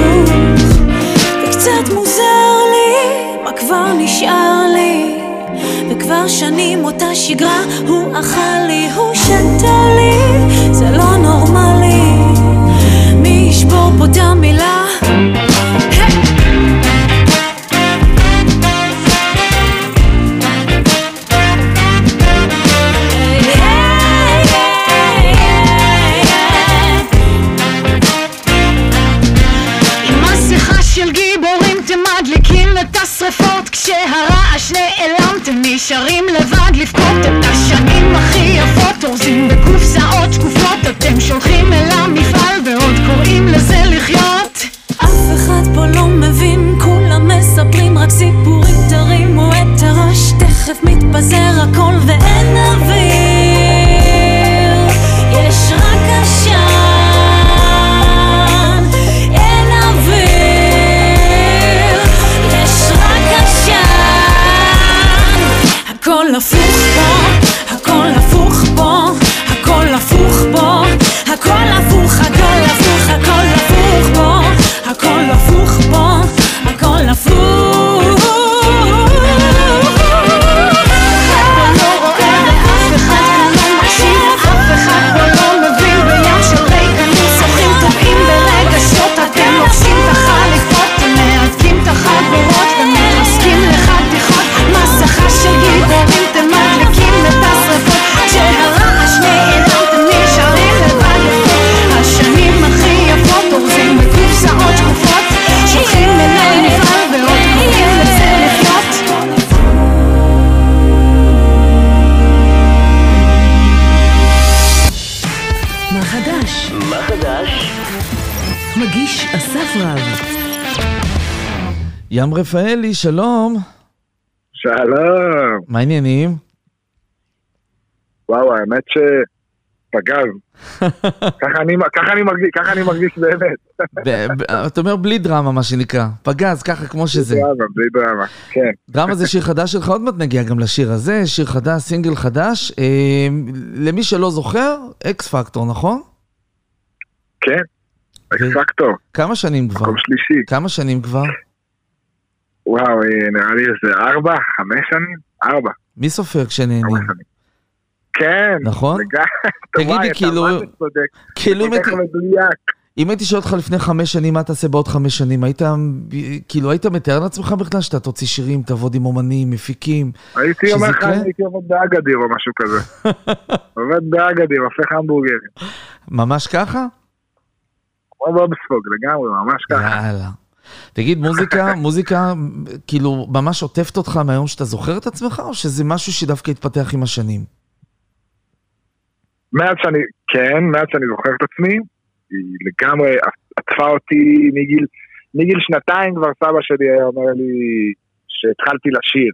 וקצת מוזר לי מה כבר נשאר לי, וכבר שנים אותה שגרה, הוא אכל לי, הוא שתה לי, זה לא נורמלי, מי ישבור פה את המילה? עם מסכה של גיבורים אתם מדליקים את השריפות, כשהרעש נעלם אתם נשארים לבד לבכות את השנים הכי יפות, אורזים בקופסאות שקופות, אתם שולחים אל המפעל ועוד קוראים לזה לחיות. אף אחד פה לא מבין, כולם מספרים רק סיפורים, תרימו את הראש, תכף מתפזר הכל ואין אוויר, יש רק עשן, אין אוויר, יש רק עשן. הכל הפוך פה, הכל הפוך פה, הכל הפוך פה, הכל הפוך, הכל הפוך, הכל הפוך פה, הכל הפוך פה, הכל הפוך. לא רואה ואף אחד לא מקשיב, אף אחד פה לא מבין, בים של ריקנים שוחים טובעים ברגשות, אתם לובשים את החליפות, מנתקים את החגורות ומרסקים לחתיכות, מסכה של גיבורים אתם מדליקים את השריפות, כשהרעש נעלם אתם נשארים לבד לבכות, השנים הכי יפות אורזים בקופסאות שקופות, שולחים אליי מפעל ועוד קוראים לזה לחיות. מה חדש? מה חדש? מגיש אסף רב. ים רפאלי, שלום. שלום. מה העניינים? וואו, האמת שפגז. ככה אני מרגיש באמת. אתה אומר בלי דרמה מה שנקרא, פגז, ככה כמו שזה. בלי דרמה, כן. דרמה זה שיר חדש שלך, עוד מעט נגיע גם לשיר הזה, שיר חדש, סינגל חדש. למי שלא זוכר, אקס פקטור, נכון? כן, אקס פקטור. כמה שנים כבר? מקום שלישי. כמה שנים כבר? וואו, נראה לי איזה 4-5 שנים? 4. מי סופר כשנהנים? כן. נכון? תגיד לי, כאילו אם הייתי שואל אותך לפני 5 שנים, מה תעשה בעוד 5 שנים? היית מתאר לעצמך בכלל שאתה תוציא שירים, תעבוד עם אומנים, מפיקים? הייתי אומר לך, הייתי עובד באגדיר או משהו כזה. עובד באגדיר, הופך המבורגרים. ממש ככה? כמו בובספוג, לגמרי, ממש ככה. יאללה. תגיד, מוזיקה כאילו ממש עוטפת אותך מהיום שאתה זוכר את עצמך, או שזה משהו שדווקא התפתח עם השנים? מאז שאני זוכר את עצמי, היא לגמרי עטפה אותי מגיל 2 כבר סבא שלי היה אומר לי שהתחלתי לשיר.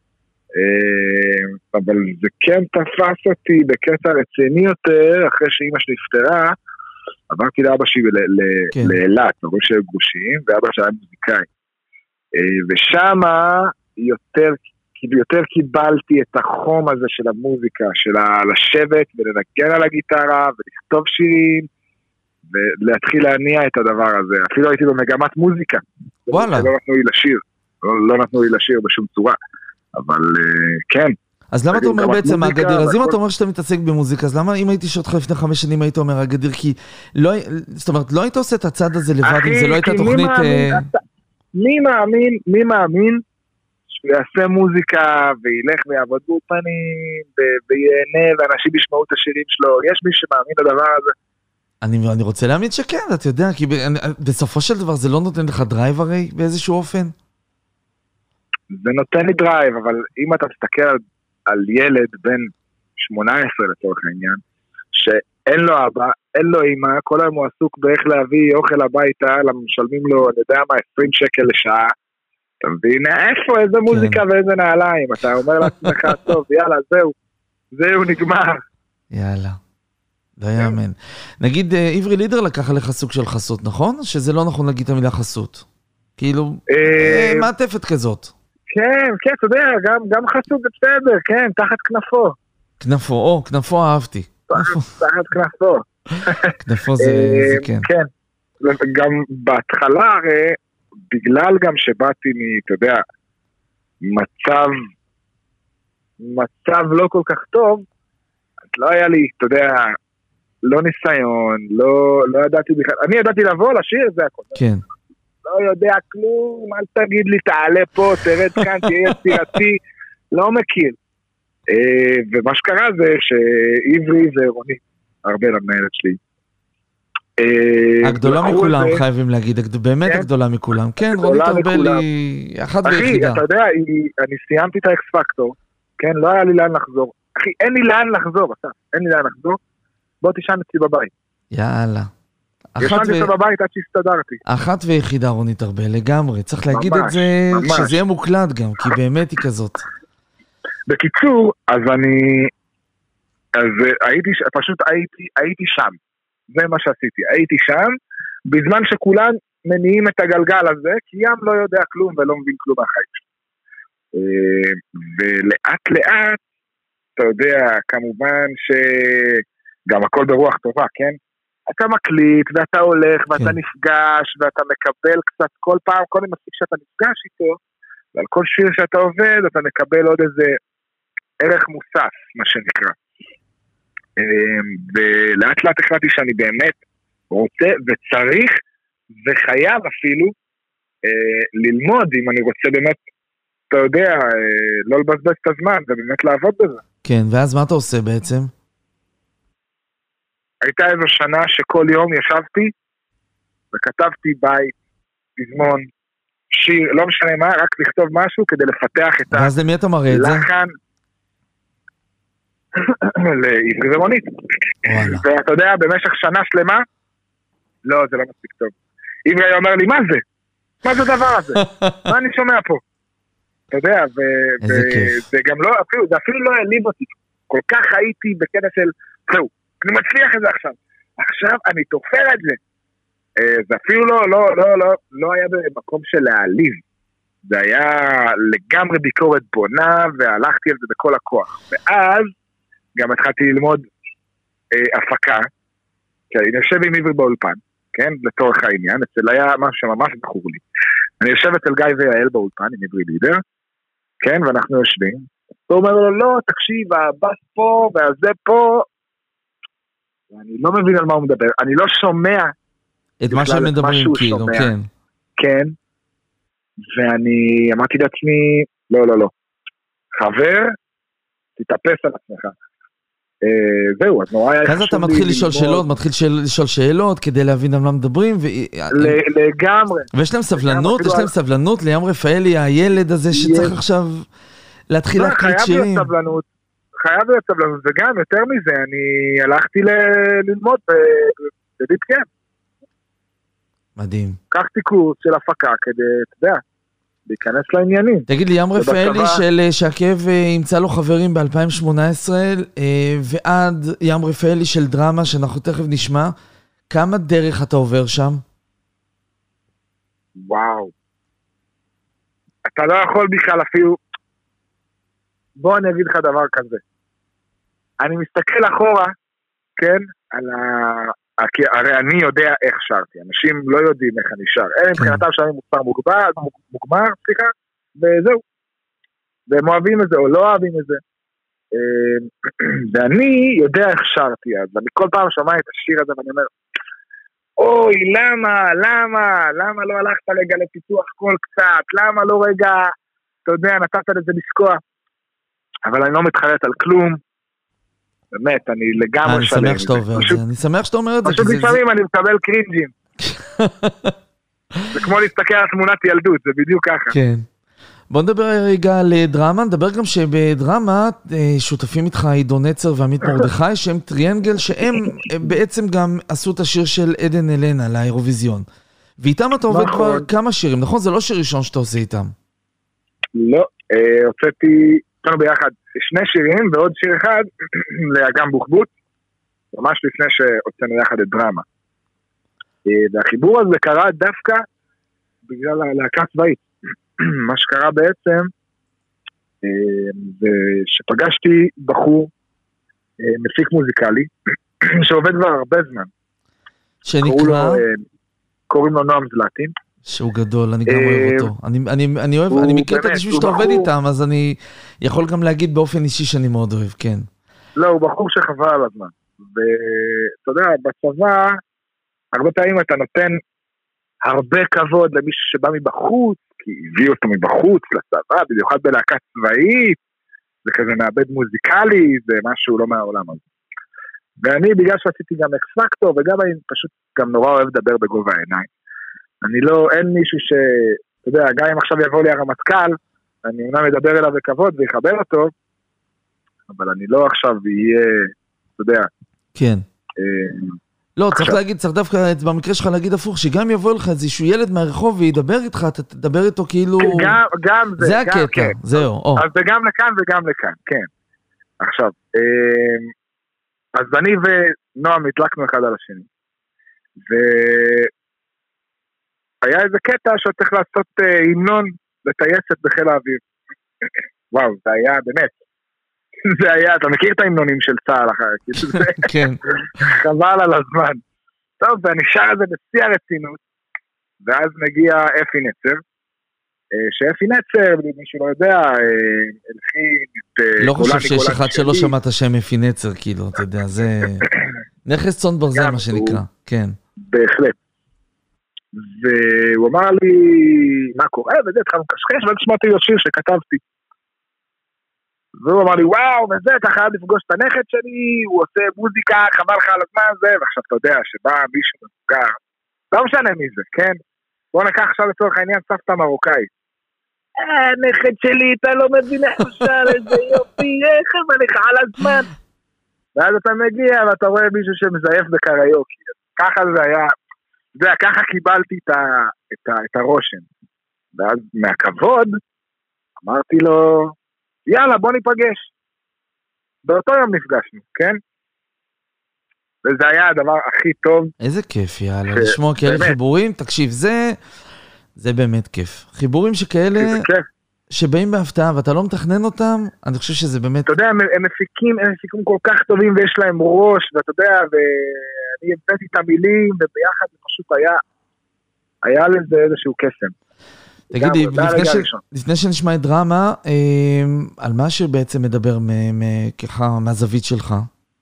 אבל זה כן תפס אותי בקטע רציני יותר, אחרי שאמא שלי נפטרה, עברתי לאבא שלי לאילת, נראו שהיו גרושים, ואבא שלי היה מוזיקאי. ושמה יותר יותר קיבלתי את החום הזה של המוזיקה, של לשבת ולנגן על הגיטרה ולכתוב שירים ולהתחיל להניע את הדבר הזה. אפילו הייתי במגמת מוזיקה. וואלה. לא נתנו לי לשיר. לא נתנו לי לשיר בשום צורה. אבל כן. אז למה אתה אומר בעצם הגדיר? אז אם אתה אומר שאתה מתעסק במוזיקה, אז למה אם הייתי שואלת לפני 5 שנים היית אומר הגדיר? כי זאת אומרת, לא היית עושה את הצד הזה לבד, אם זה לא הייתה תוכנית... מי מאמין שהוא יעשה מוזיקה וילך ויעבוד באופנים וייהנה ואנשים ישמעו את השירים שלו? יש מי שמאמין לדבר הזה? אני רוצה להאמין שכן, אתה יודע, כי בסופו של דבר זה לא נותן לך דרייב הרי באיזשהו אופן? זה נותן לי דרייב, אבל אם אתה מסתכל על ילד בן 18 לצורך העניין, שאין לו אבא, אין לו אמא, כל היום הוא עסוק באיך להביא אוכל הביתה, למה משלמים לו, אני יודע מה, 20 שקל לשעה, אתה מבין? איפה, איזה מוזיקה ואיזה נעליים, אתה אומר לעצמך, טוב, יאללה, זהו נגמר. יאללה, לא יאמן. נגיד, עברי לידר לקח עליך סוג של חסות, נכון? שזה לא נכון להגיד את המילה חסות. כאילו, מעטפת כזאת. כן, כן, אתה יודע, גם חסות בסדר, כן, תחת כנפו. כנפו, כנפו אהבתי. תחת כנפו. כנפו זה כן. כן, גם בהתחלה הרי, בגלל גם שבאתי אתה יודע, מצב לא כל כך טוב, אז לא היה לי, אתה יודע, לא ניסיון, לא ידעתי בכלל, אני ידעתי לבוא לשיר, זה הכל. כן. לא יודע כלום, אל תגיד לי, תעלה פה, תרד כאן, תהיה יצירתי, לא מכיר. ומה שקרה זה שעברי ורונית, ארבל המנהלת שלי. הגדולה מכולם, חייבים להגיד, באמת הגדולה מכולם. כן, רונית ארבל היא אחת ויחידה. אחי, אתה יודע, אני סיימתי את האקס פקטור, כן, לא היה לי לאן לחזור. אחי, אין לי לאן לחזור, אין לי לאן לחזור, בוא תישן אצלי בבית. יאללה. ישנתי אותו בבית עד שהסתדרתי. אחת ויחידה רונית ארבל, לגמרי. צריך להגיד את זה שזה יהיה מוקלט גם, כי באמת היא כזאת. בקיצור, אז הייתי שם. זה מה שעשיתי. הייתי שם, בזמן שכולם מניעים את הגלגל הזה, כי ים לא יודע כלום ולא מבין כלום מהחיים שלו. ולאט לאט, אתה יודע, כמובן שגם הכל ברוח טובה, כן? אתה מקליט, ואתה הולך, ואתה נפגש, ואתה מקבל קצת כל פעם, כל מספיק שאתה נפגש איתו, ועל כל שיר שאתה עובד, אתה מקבל עוד איזה ערך מוסף, מה שנקרא. ולאט לאט החלטתי שאני באמת רוצה וצריך וחייב אפילו ללמוד, אם אני רוצה באמת, אתה יודע, לא לבזבז את הזמן, ובאמת לעבוד בזה. כן, ואז מה אתה עושה בעצם? הייתה איזו שנה שכל יום ישבתי וכתבתי בית, פזמון, שיר, לא משנה מה, רק לכתוב משהו כדי לפתח את הלחן. ואז למי אתה מראה את זה? לעברי ורונית. ואתה יודע, במשך שנה שלמה, לא, זה לא מספיק טוב. עברי אומר לי, מה זה? מה זה הדבר הזה? מה אני שומע פה? אתה יודע, וזה גם לא, זה אפילו לא העליב אותי. כל כך הייתי בכנס של, זהו, אני מצליח את זה עכשיו. עכשיו אני תופר את זה. זה אפילו לא היה במקום של להעליב. זה היה לגמרי ביקורת בונה, והלכתי על זה בכל הכוח. ואז גם התחלתי ללמוד הפקה, כי אני יושב עם עברי באולפן, כן, לתורך העניין, אצל היה משהו שממש בחור לי. אני יושב אצל גיא ויעל באולפן, עם עברי לידר, כן, ואנחנו יושבים, הוא אומר לו, לא, תקשיב, הבאס פה, והזה פה, ואני לא מבין על מה הוא מדבר, אני לא שומע את מה שהם מדברים, כאילו, כן. כן, ואני אמרתי לעצמי, לא, חבר, תתאפס על עצמך. זהו, אז נורא היה אז אתה מתחיל לשאול שאלות, לשאול שאלות כדי להבין על מה מדברים. לגמרי. ויש להם סבלנות, יש להם סבלנות ליאם רפאלי, הילד הזה שצריך עכשיו להתחיל להקליט שירים. חייב להיות סבלנות, וגם יותר מזה, אני הלכתי ללמוד בדיפ-קאם. מדהים. קחתי קורס של הפקה כדי, אתה יודע, להיכנס לעניינים. תגיד לי, ים רפאלי שהכאב ימצא לו חברים ב-2018, ועד ים רפאלי של דרמה שאנחנו תכף נשמע, כמה דרך אתה עובר שם? וואו. אתה לא יכול בכלל אפילו, בוא אני אגיד לך דבר כזה. אני מסתכל אחורה, כן, כי הרי אני יודע איך שרתי, אנשים לא יודעים איך אני שר, אלה מבחינתם שרים מוספר מוגמר, סליחה, וזהו. והם אוהבים את זה או לא אוהבים את זה. ואני יודע איך שרתי אז, ואני כל פעם שומע את השיר הזה ואני אומר, אוי, למה לא הלכת רגע לפיתוח קול קצת, למה לא רגע, אתה יודע, נתת לזה לשקוע, אבל אני לא מתחרט על כלום, באמת, אני לגמרי שלם. אני שמח שאתה עובר את זה, אני שמח שאתה אומר את זה. פשוט לפעמים אני מקבל קרינג'ים. זה כמו להסתכל על תמונת ילדות, זה בדיוק ככה. כן. בוא נדבר רגע על דרמה, נדבר גם שבדרמה שותפים איתך עידו נצר ועמית מרדכי, שהם טריאנגל, שהם בעצם גם עשו את השיר של עדן אלנה לאירוויזיון. ואיתם אתה עובד כבר כמה שירים, נכון? זה לא שיר ראשון שאתה עושה איתם. לא, הוצאתי איתנו ביחד שני שירים ועוד שיר אחד לאגם בוחבוט, ממש לפני שהוצאנו יחד את דרמה. והחיבור הזה קרה דווקא בגלל הלהקה צבאית. מה שקרה בעצם זה שפגשתי בחור מפיק מוזיקלי שעובד כבר הרבה זמן, שנקרא? קוראים לו נועם זלטין, שהוא גדול, אני גם אוהב אותו. אני אוהב, אני מכיר את האנשים שאתה עובד איתם, אז אני יכול גם להגיד באופן אישי שאני מאוד אוהב, כן. לא, הוא בחור שחבל על הזמן, ואתה יודע, בצבא הרבה פעמים אתה נותן הרבה כבוד למישהו שבא מבחוץ, כי הביא אותו מבחוץ לצבא, במיוחד בלהקה צבאית, זה כזה מעבד מוזיקלי, זה משהו לא מהעולם הזה. ואני, בגלל שעשיתי גם אקס פקטור, וגם אני פשוט גם נורא אוהב לדבר בגובה העיניים. אני לא, אין מישהו ש, אתה יודע, גם אם עכשיו יבוא לי הרמטכ"ל, אני אמנם מדבר אליו בכבוד ויחבר אותו, אבל אני לא עכשיו יהיה, אתה יודע. כן. לא, צריך להגיד, צריך דווקא במקרה שלך להגיד הפוך, שגם יבוא לך איזשהו ילד מהרחוב וידבר איתך, אתה תדבר איתו כאילו... גם זה. זה הקטע, זהו. אז זה גם לכאן וגם לכאן, כן. עכשיו, אז אני ונועם התלקנו אחד על השני. והיה איזה קטע שצריך לעשות המנון לטייסת בחיל האוויר. וואו, זה היה באמת. זה היה, אתה מכיר את ההמנונים של צה"ל אחר, כן. חבל על הזמן. טוב, ואני שר את זה בשיא הרצינות, ואז מגיע אפי נצר, שאפי נצר, מי שלא יודע, הלחין את... לא חושב שיש אחד שלא שמע את השם אפי נצר, כאילו, אתה יודע, זה נכס צאן ברזל, מה שנקרא, כן. בהחלט. והוא אמר לי, מה קורה, וזה, התחלנו קשקש, ואז שמעתי לו שיר שכתבתי. והוא אמר לי, וואו, וזה, אתה חייב לפגוש את הנכד שלי, הוא עושה מוזיקה, חבל לך על הזמן הזה, ועכשיו אתה יודע שבא מישהו מבוגר, לא משנה מי זה, כן? בוא נקח עכשיו לצורך העניין סבתא מרוקאית. הנכד שלי, אתה לא מבין איך הוא שר, איזה יופי, איך אבל לך על הזמן. ואז אתה מגיע ואתה רואה מישהו שמזייף בקריוקי. ככה זה היה, אתה יודע, ככה קיבלתי את הרושם. ואז מהכבוד, אמרתי לו, יאללה, בוא ניפגש. באותו יום נפגשנו, כן? וזה היה הדבר הכי טוב. איזה כיף, יאללה, לשמוע כאלה חיבורים. תקשיב, זה באמת כיף. חיבורים שכאלה, שבאים בהפתעה, ואתה לא מתכנן אותם, אני חושב שזה באמת... אתה יודע, הם מפיקים כל כך טובים, ויש להם ראש, ואתה יודע, ואני הבאתי את המילים, וביחד זה פשוט היה לזה איזשהו קסם. תגידי, לפני שנשמע את דרמה, על מה שבעצם מדבר ככה מהזווית שלך?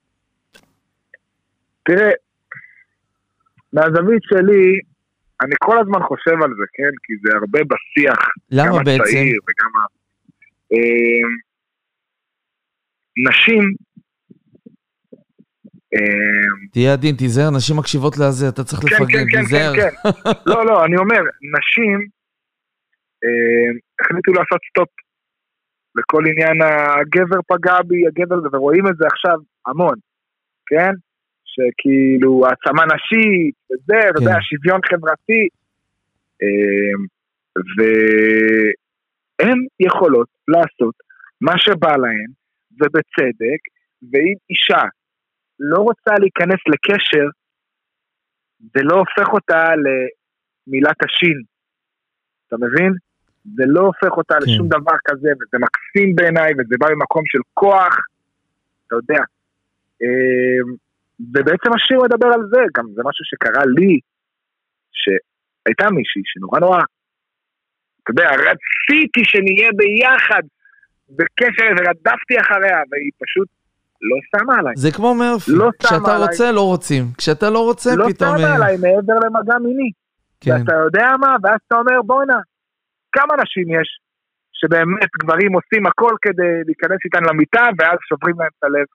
תראה, מהזווית שלי, אני כל הזמן חושב על זה, כן? כי זה הרבה בשיח. למה בעצם? וגם נשים, תהיה עדין, תיזהר, נשים מקשיבות לזה, אתה צריך לפרגן, תיזהר. כן. לא, אני אומר, נשים החליטו לעשות סטופ לכל עניין הגבר פגע בי, הגבר, ורואים את זה עכשיו המון, כן? שכאילו העצמה נשית, וזה, אתה יודע, שוויון חברתי, והן יכולות לעשות מה שבא להן, ובצדק, ואם אישה לא רוצה להיכנס לקשר, זה לא הופך אותה למילת השין, אתה מבין? זה לא הופך אותה לשום דבר כזה, וזה מקסים בעיניי, וזה בא ממקום של כוח, אתה יודע. ובעצם השיר מדבר על זה, גם זה משהו שקרה לי, שהייתה מישהי שנורא, אתה יודע, רציתי שנהיה ביחד, בקשר, ורדפתי אחריה, והיא פשוט לא שמה עליי. זה כמו מרפי, כשאתה רוצה לא רוצים, כשאתה לא רוצה פתאום... לא שמה עליי מעבר למגע מיני. ואתה יודע מה, ואז אתה אומר בוא'נה, כמה אנשים יש שבאמת גברים עושים הכל כדי להיכנס איתן למיטה, ואז שוברים להם את הלב.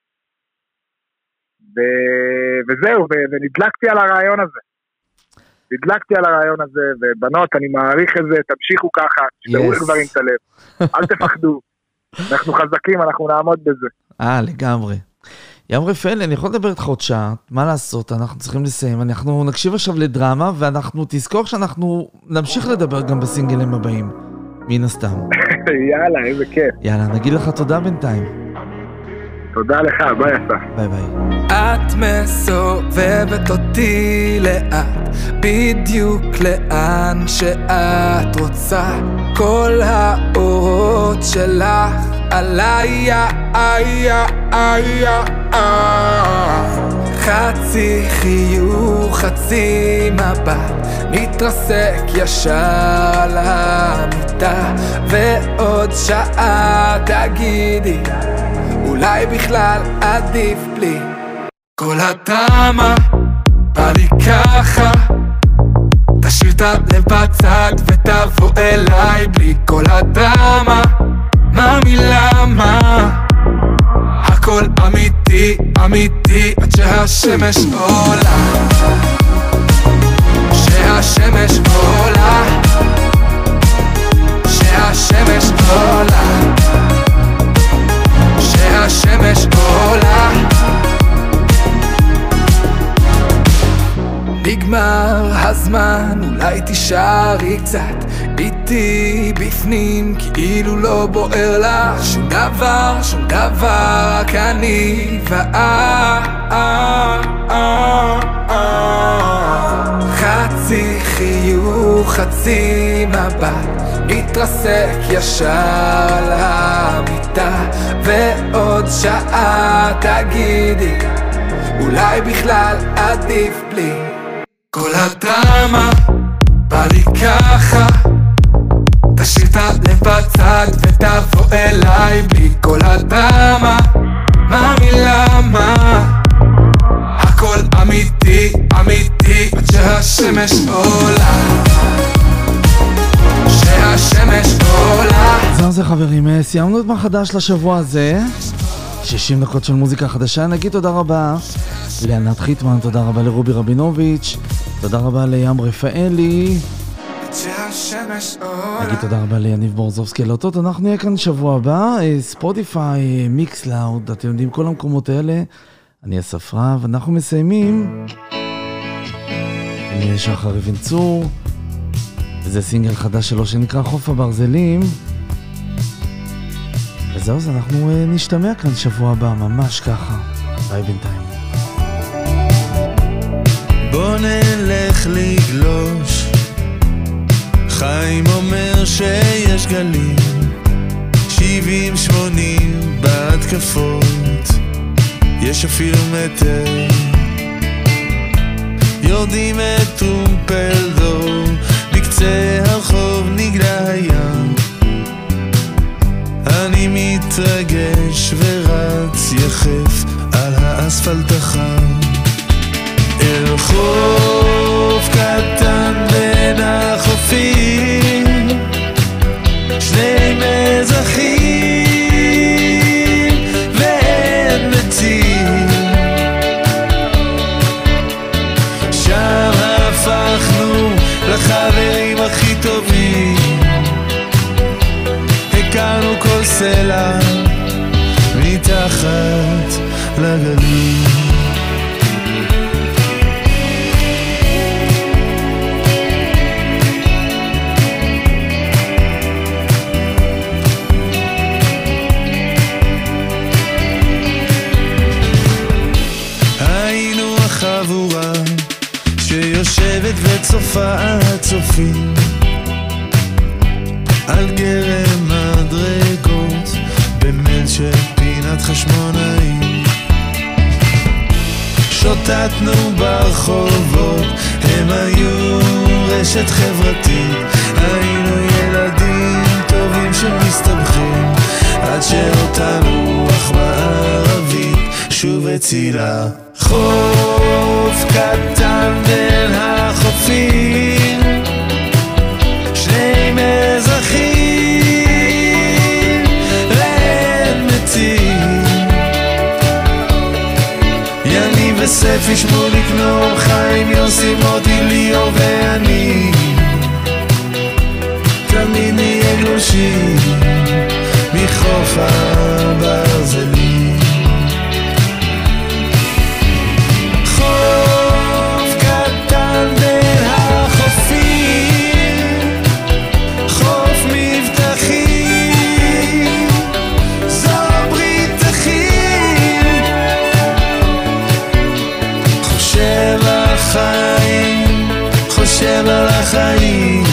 וזהו, ונדלקתי על הרעיון הזה. ובנות, אני מעריך את זה, תמשיכו ככה, שתראו לגברים את הלב. אל תפחדו. אנחנו חזקים, אנחנו נעמוד בזה. לגמרי. ים רפאל, אני יכול לדבר איתך עוד שעה, מה לעשות, אנחנו צריכים לסיים, אנחנו נקשיב עכשיו לדרמה, ואנחנו תזכור שאנחנו נמשיך לדבר גם בסינגלים הבאים, מן הסתם. יאללה, איזה כיף. יאללה, נגיד לך תודה בינתיים. תודה לך, ביי אסף. ביי ביי. את מסובבת אותי לאט, בדיוק לאן שאת רוצה, כל האורות שלך עליי, חצי חיוך, חצי מבט, מתרסק ישר על המיטה, ועוד שעה תגידי, אולי בכלל עדיף בלי. כל הדרמה בא לי ככה, תשאיר את הלב בצד ותבוא אליי בלי כל הדרמה. מאמי למה הכל אמיתי, אמיתי, עד שהשמש עולה, שהשמש עולה, שהשמש עולה, שהשמש עולה. נגמר הזמן, אולי תישארי קצת איתי בפנים, כאילו לא בוער לך שום דבר, שום דבר, רק אני חצי חיוך, חצי מבט, מתרסק ישר על המיטה, ועוד שעה תגידי, אולי בכלל עדיף בלי. כל הדרמה בא לי ככה, תשאיר את הלב בצד ותבוא אליי בלי כל הדרמה. מאמי למה הכל אמיתי, אמיתי, עד שהשמש עולה, שהשמש עולה. זהו זה חברים, סיימנו את מה חדש לשבוע הזה, 60 דקות של מוזיקה חדשה. נגיד תודה רבה לענת חיטמן, תודה רבה לרובי רבינוביץ', תודה רבה לים רפאלי, נגיד תודה רבה ליניב בורזובסקי על אותות. אנחנו נהיה כאן שבוע הבא, ספוטיפיי, מיקס לאוד, אתם יודעים, כל המקומות האלה. אני אסף רב, אנחנו מסיימים עם שחר אבן צור, וזה סינגל חדש שלו שנקרא חוף הברזלים. וזהו, אז אנחנו נשתמע כאן שבוע הבא, ממש ככה. ביי בינתיים. בוא נלך לגלוש, חיים אומר שיש גלים 70-80 בהתקפות, יש אפילו מטר, יורדים את טרומפלדור, בקצה הרחוב נגלה הים, אני מתרגש ורץ יחף על האספלט החם, אל חוף קטן בין החופים, שני מזרחים ואין מתים, שם הפכנו לחברים הכי טובים, הכרנו כל סלע מתחת לגלים. היינו החבורה שיושבת וצופה הצופים, על גרם מדרגות במל של פינת חשמונאים. שוטטנו ברחובות, הם היו רשת חברתית, היינו ילדים טובים שמסתבכים, עד שאותה רוח מערבית שוב הצילה. חוף קטן בין החופים, שני מזרחים רעד מתים, יני וספי, שמוליק, נור, חיים, יוסי, מוטי, ליאור ואני תמיד נהיה גלושים מחוף הברזלים. חוף קטן בין החופים, חוף מבטחים, זו ברית אחים. חושב על החיים, חושב על החיים,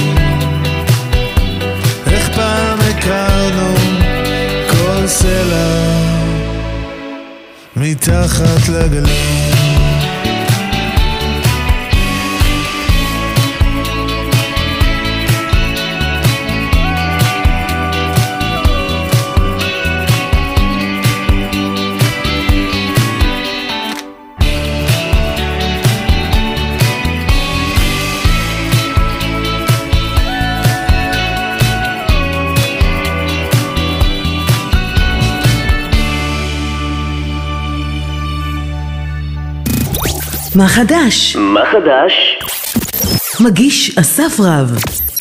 איך פעם הכרנו כל סלע מתחת לגלים. מה חדש? מה חדש? מגיש אסף רב.